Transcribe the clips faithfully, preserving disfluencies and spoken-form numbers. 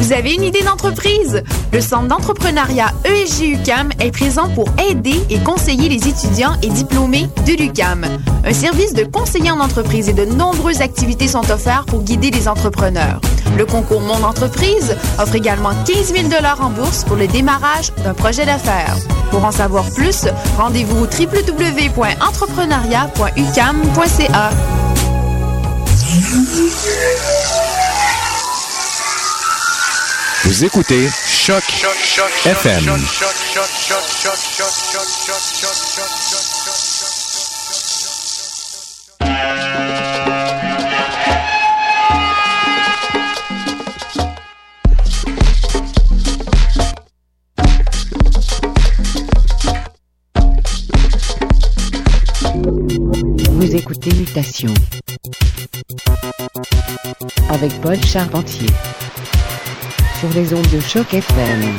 Vous avez une idée d'entreprise? Le Centre d'entrepreneuriat E S G U Q A M est présent pour aider et conseiller les étudiants et diplômés de l'U Q A M. Un service de conseiller en entreprise et de nombreuses activités sont offertes pour guider les entrepreneurs. Le concours Mon Entreprise offre également quinze mille dollars en bourse pour le démarrage d'un projet d'affaires. Pour en savoir plus, rendez-vous au w w w point entrepreneuriat point u q a m point c a. Vous écoutez Choc, Choc, Choc F M. Choc, Choc, Choc, Choc, Choc, Choc, Choc, Choc, Choc, Choc. Vous écoutez Mutation avec Paul Charpentier sur les ondes de Choc F M.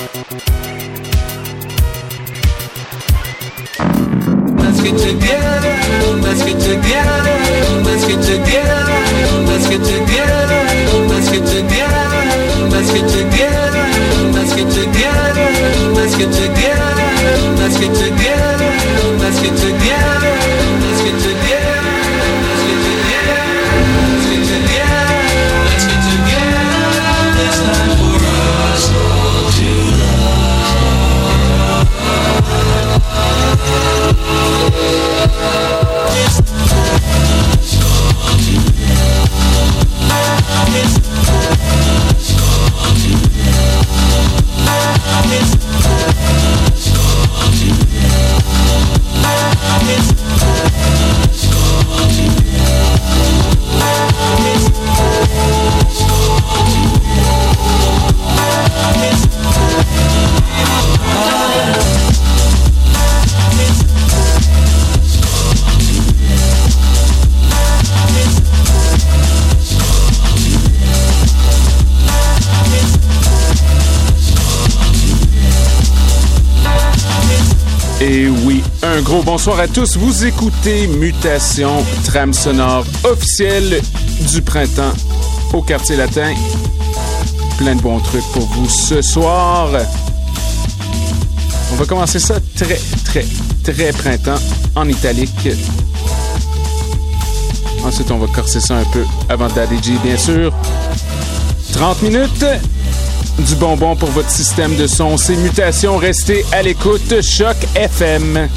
Let's get together, let's get together, let's get together, let's get together, let's get together, let's get together, let's get together, let's get together, let's get together, let's get together, let's get together. Et oui, un gros bonsoir à tous. Vous écoutez Mutation, trame sonore officielle du printemps au Quartier Latin. Plein de bons trucs pour vous ce soir. On va commencer ça très, très, très printemps en italique. Ensuite, on va corser ça un peu avant Daddy G, bien sûr. trente minutes. Du bonbon pour votre système de son. C'est Mutation. Restez à l'écoute. Choc F M.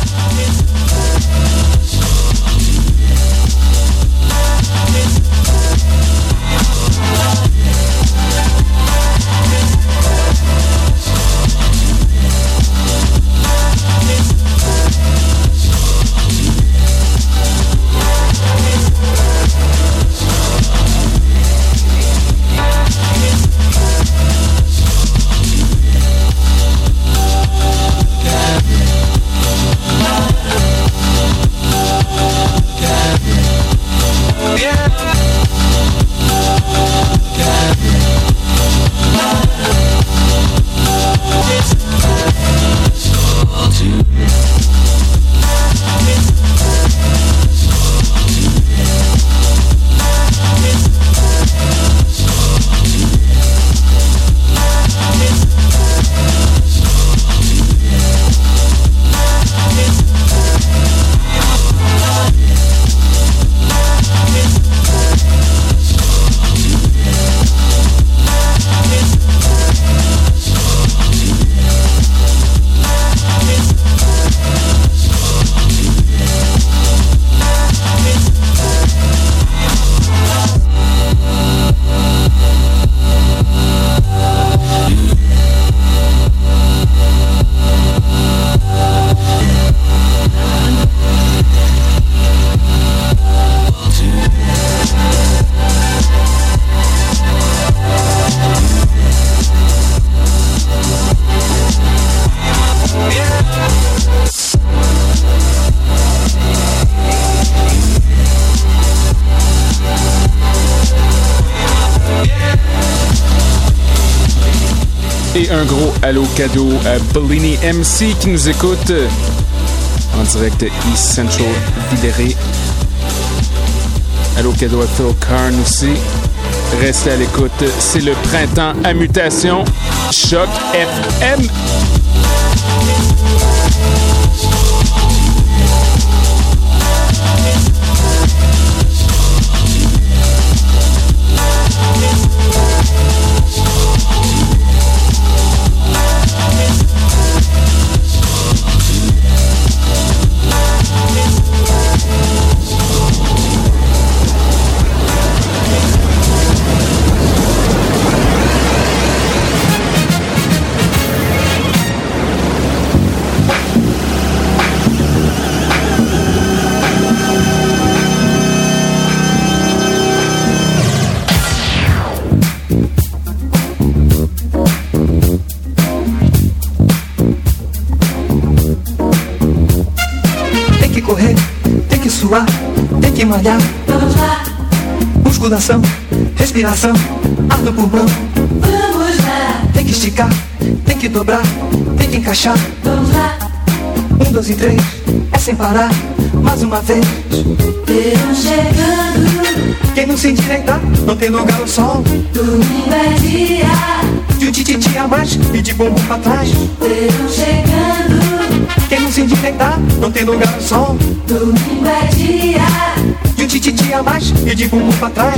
Et un gros allô cadeau à Bellini M C qui nous écoute en direct de East Central Villeray. Allô cadeau à Phil Karn aussi. Restez à l'écoute, c'est le printemps à mutation. Choc F M. Tem que malhar, vamos lá. Musculação, respiração, ar no pulmão, vamos lá. Tem que esticar, tem que dobrar, tem que encaixar, vamos lá. Um, dois e três, é sem parar, mais uma vez. Verão chegando, quem não se endireitar, não tem lugar no sol. Domingo é dia de um tititi a mais e de bumbum pra trás. Verão chegando, quem não se endireitar, não tem lugar no sol. Domingo é dia de um tititi a mais e de bumbum pra trás.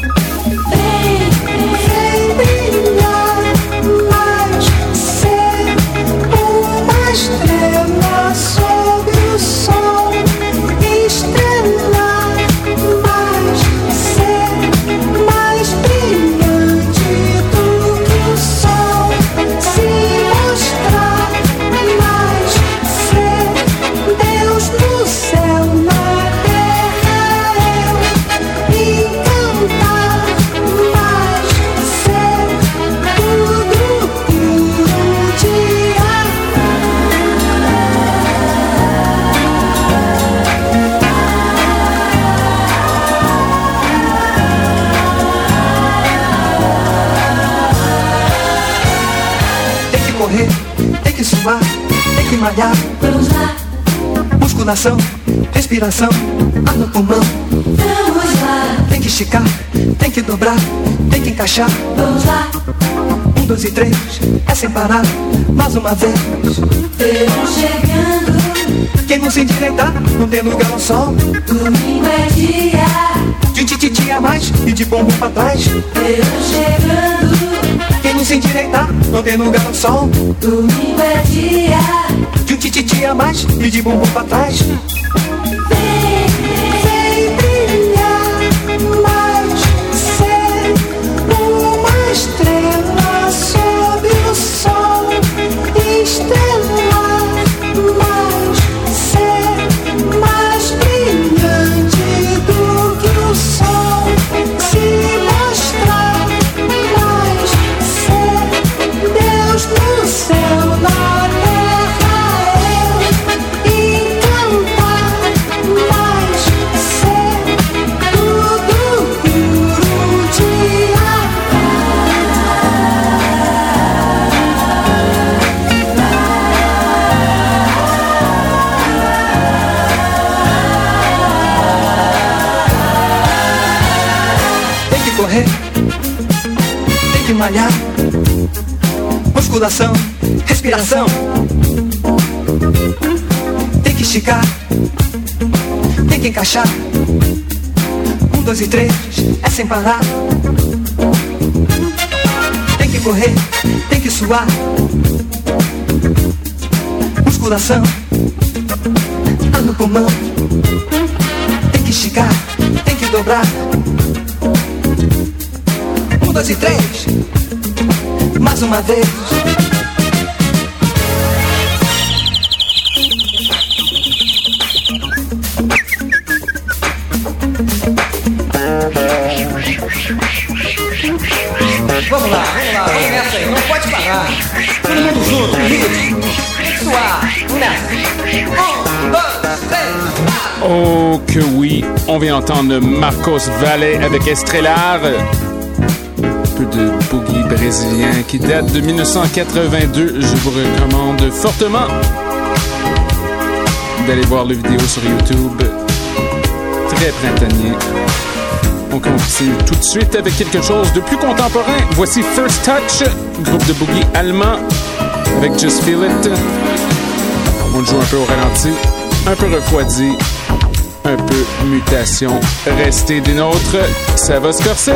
Vem, vem brilhar mais, ser uma estrela sob o sol. Estrela mais, ser mais brilhante do que o sol. Se mostrar mais, ser Deus no céu, na terra eu. E cantar mais, ser tudo que um dia tem que correr, tem que suar, tem que malhar, vamos lá. Musculação, respiração, ar no pulmão, vamos lá. Tem que esticar, tem que dobrar, tem que encaixar, vamos lá. Um, dois e três, é sem parar, mais uma vez. Verão chegando, quem não se endireitar, não tem lugar no sol. Domingo é dia de um tititi a mais e de bumbum pra trás. Verão chegando, quem não se endireitar, não tem lugar no sol. Domingo é dia de um tititi a mais e de bumbum pra trás. Vem, vem brilhar mais, ser uma estrela sob o sol. Estrela mais, ser mais brilhante do que o sol. Se mostrar mais, ser Deus no céu, na terra eu. E cantar mais, ser tudo que um dia tem que correr, tem que malhar. Musculação, respiração, tem que esticar, tem que encaixar. Um, dois e três, é sem parar. Tem que correr, tem que suar. Musculação, ar no pulmão, tem que esticar, tem que dobrar. Um, dois e três, mais uma vez. Vamos lá, vamos lá, vamos nessa aí, não pode parar. Todo mundo junto, ritmo. Suar, nessa. Um, dois, três, quatro. Oh que oui, on vient d'entendre Marcos Valle avec Estrellar. Un peu de boogie brésilien qui date de dix-neuf cent quatre-vingt-deux. Je vous recommande fortement d'aller voir le vidéo sur YouTube. Très printanier. On continue tout de suite avec quelque chose de plus contemporain. Voici First Touch, groupe de boogie allemand, avec Just Feel It. On joue un peu au ralenti, un peu refroidi, un peu mutation. Restez des nôtres, ça va se corser.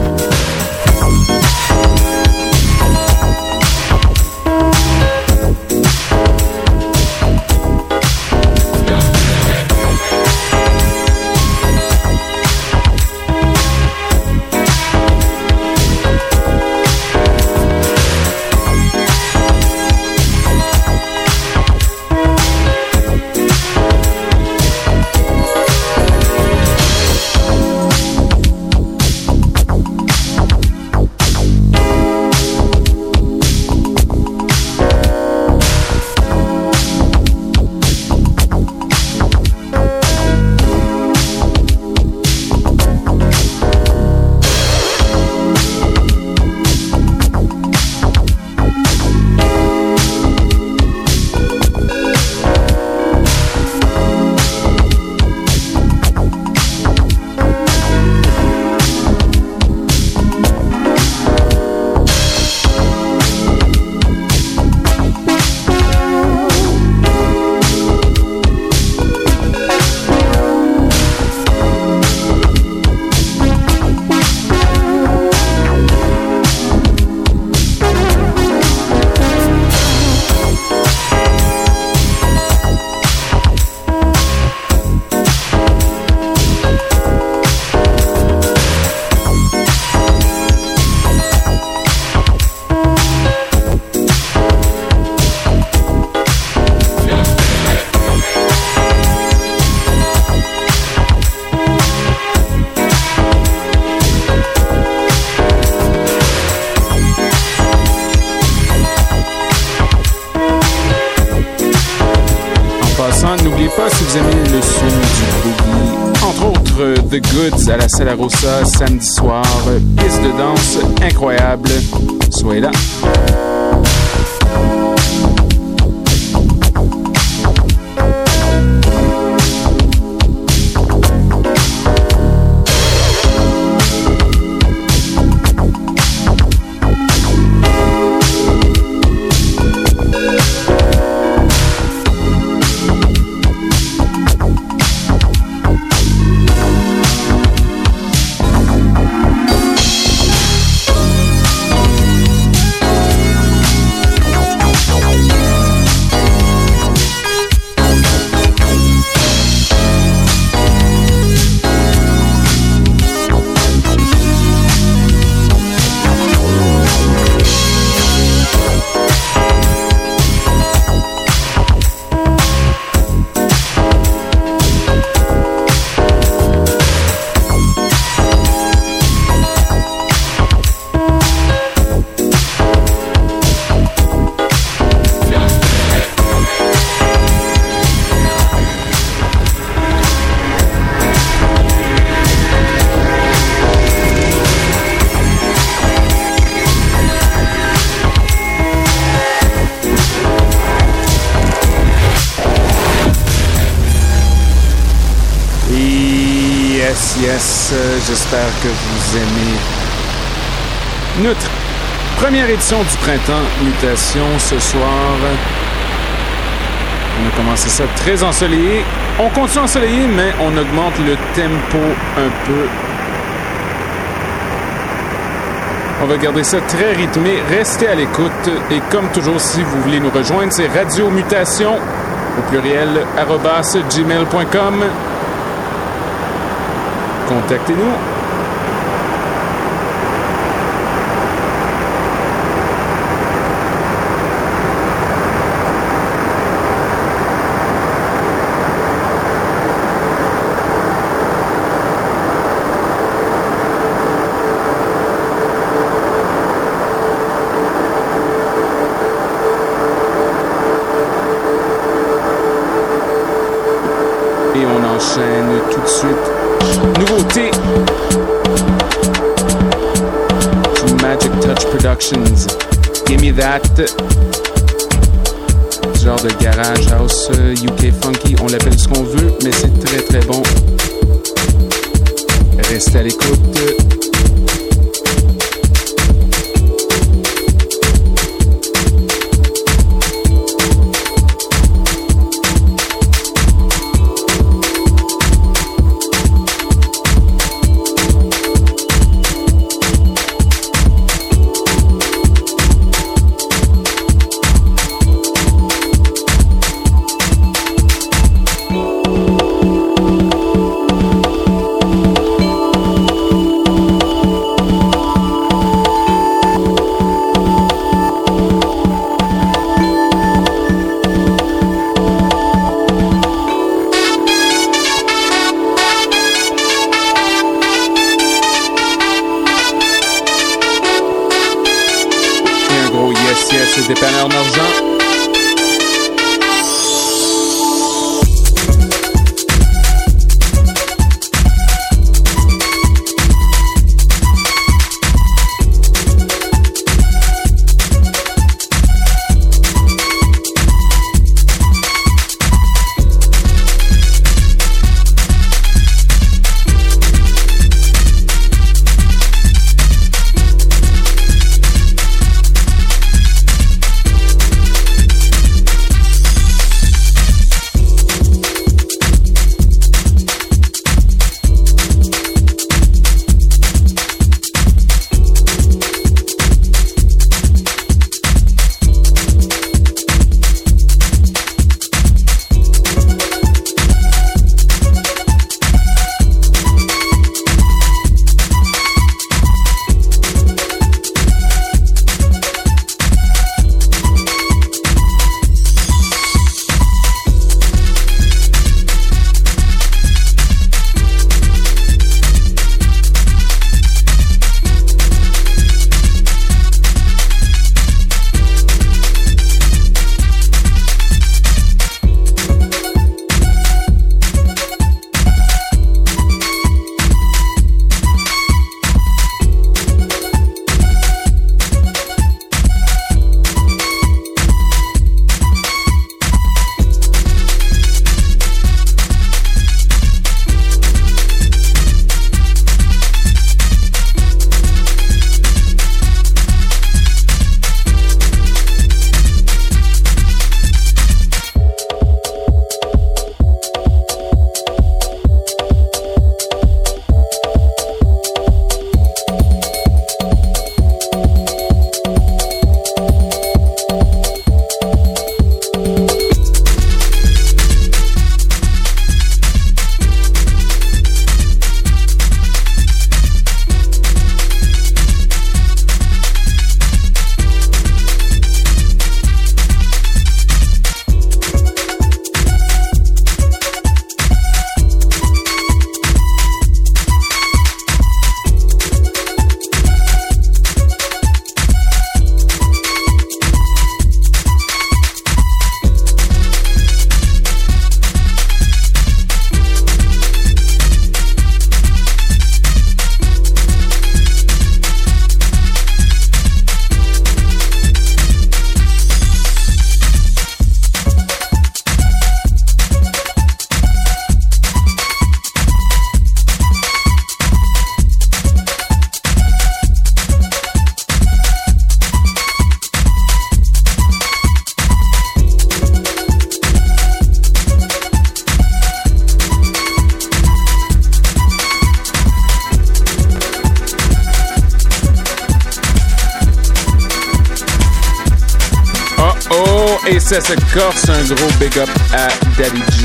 N'oubliez pas, si vous aimez le son du boogie, entre autres The Goods à la Sala Rosa samedi soir, piste de danse incroyable, soyez là. Yes, euh, j'espère que vous aimez notre première édition du printemps Mutation ce soir. On a commencé ça très ensoleillé. On continue ensoleillé, mais on augmente le tempo un peu. On va garder ça très rythmé. Restez à l'écoute. Et comme toujours, si vous voulez nous rejoindre, c'est Radio Mutation, au pluriel, arobase gmail point com. Contactez-nous. Et on enchaîne tout de suite. Nouveauté du Magic Touch Productions. Gimme That. Genre de garage house U K funky. On l'appelle ce qu'on veut, mais c'est très très bon. Restez Restez à l'écoute. Dépanneur Norgent. Et ça se corse, un gros big up à Daddy G.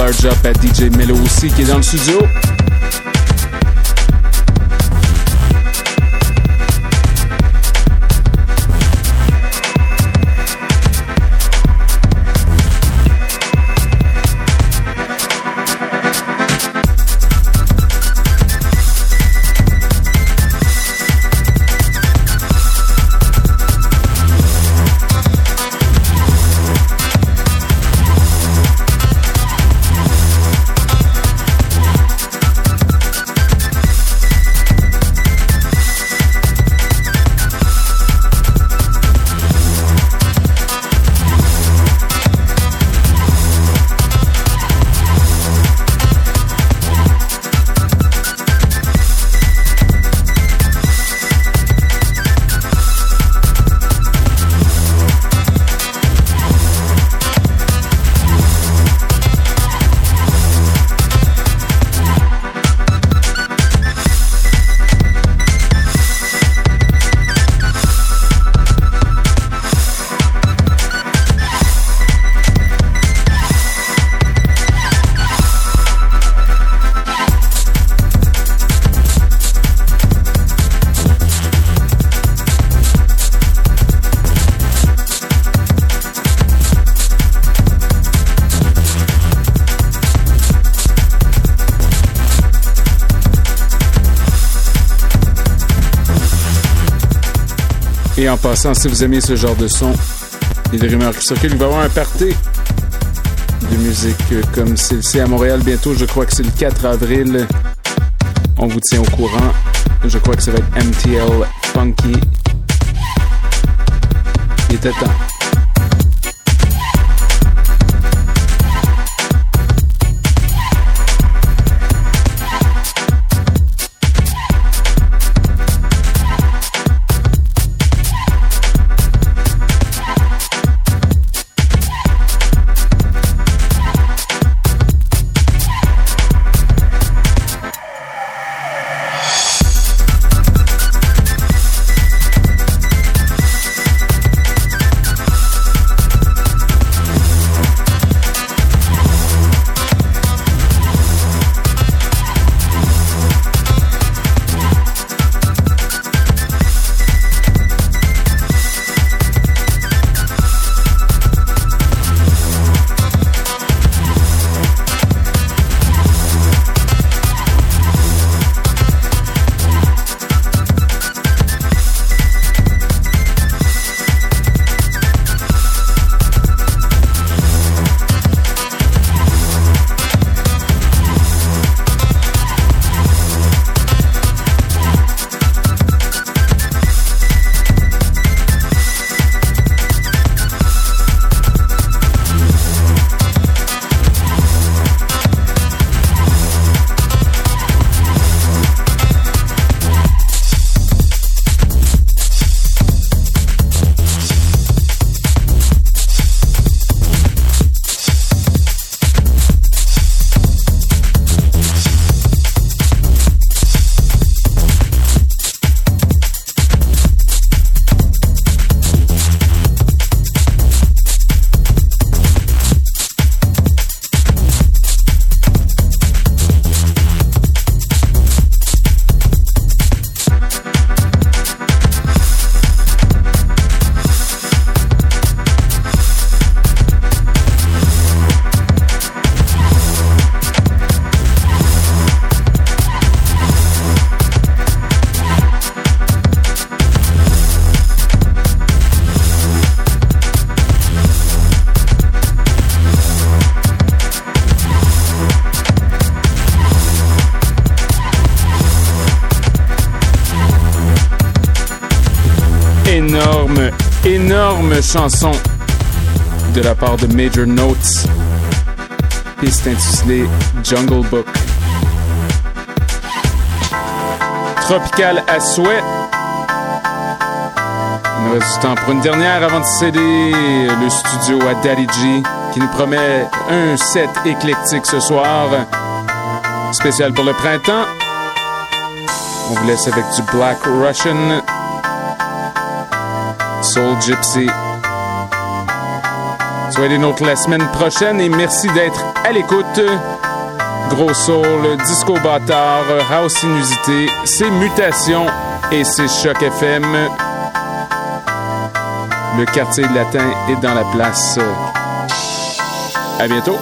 large up à D J Mello aussi qui est dans le studio. Et en passant, si vous aimez ce genre de son, il y a des rumeurs qui circulent, il va y avoir un party de musique comme celle-ci à Montréal bientôt. Je crois que c'est le quatre avril. On vous tient au courant. Je crois que ça va être M T L Funky. Il était temps. énorme, énorme chanson de la part de Major Notes. Piste intitulée Jungle Book. Tropical à souhait. Il nous reste du temps pour une dernière avant de céder le studio à Daddy G, qui nous promet un set éclectique ce soir, spécial pour le printemps. On vous laisse avec du Black Russian, Soul Gypsy, Soyez les nôtres la semaine prochaine et merci d'être à l'écoute. Gros soul, disco bâtard, house inusité, c'est Mutation et c'est Choc F M. Le quartier latin est dans la place. À bientôt.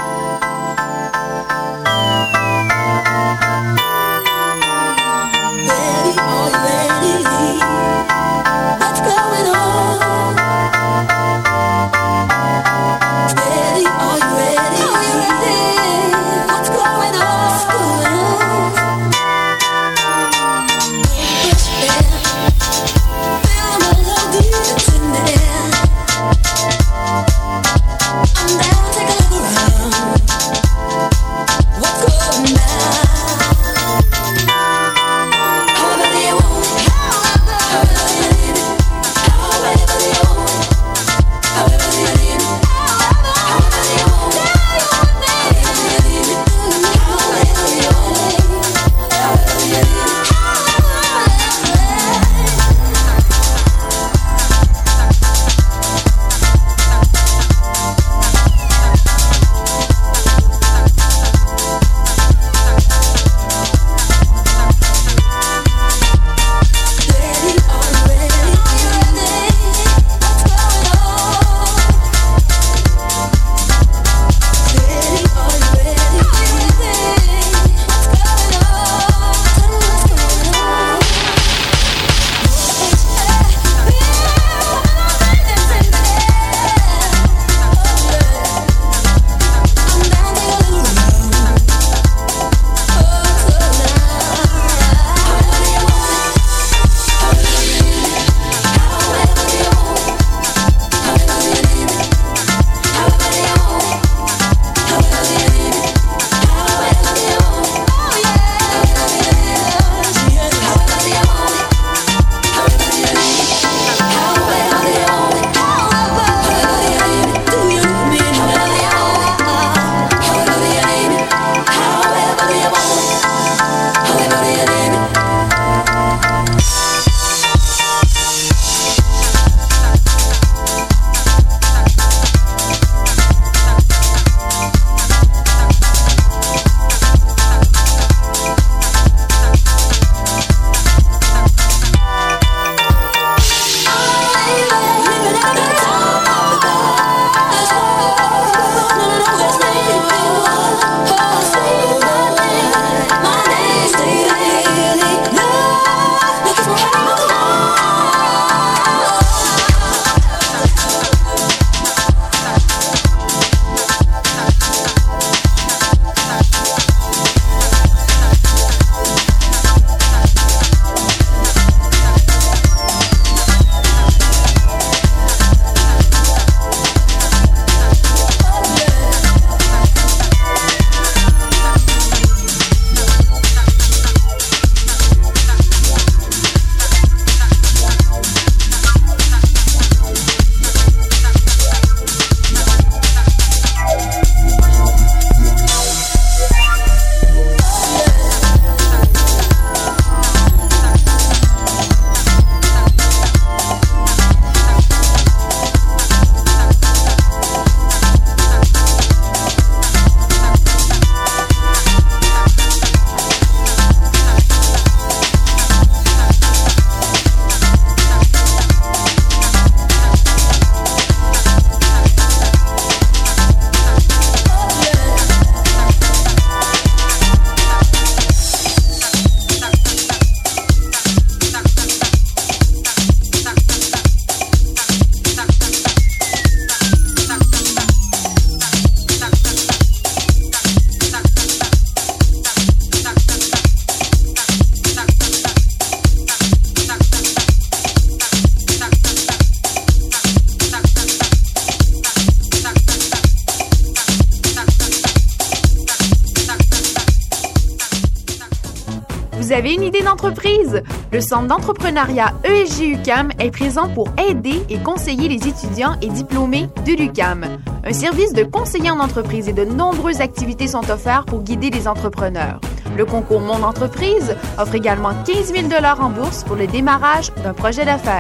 Vous avez une idée d'entreprise? Le Centre d'entrepreneuriat E S G U Q A M est présent pour aider et conseiller les étudiants et diplômés de l'U Q A M. Un service de conseiller en entreprise et de nombreuses activités sont offertes pour guider les entrepreneurs. Le concours Mon Entreprise offre également quinze mille dollars en bourse pour le démarrage d'un projet d'affaires.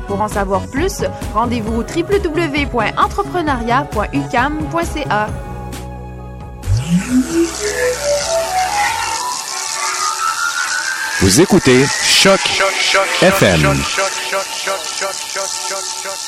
Pour en savoir plus, rendez-vous au w w w point entrepreneuriat point u q a m point c a. Vous écoutez Choc F M.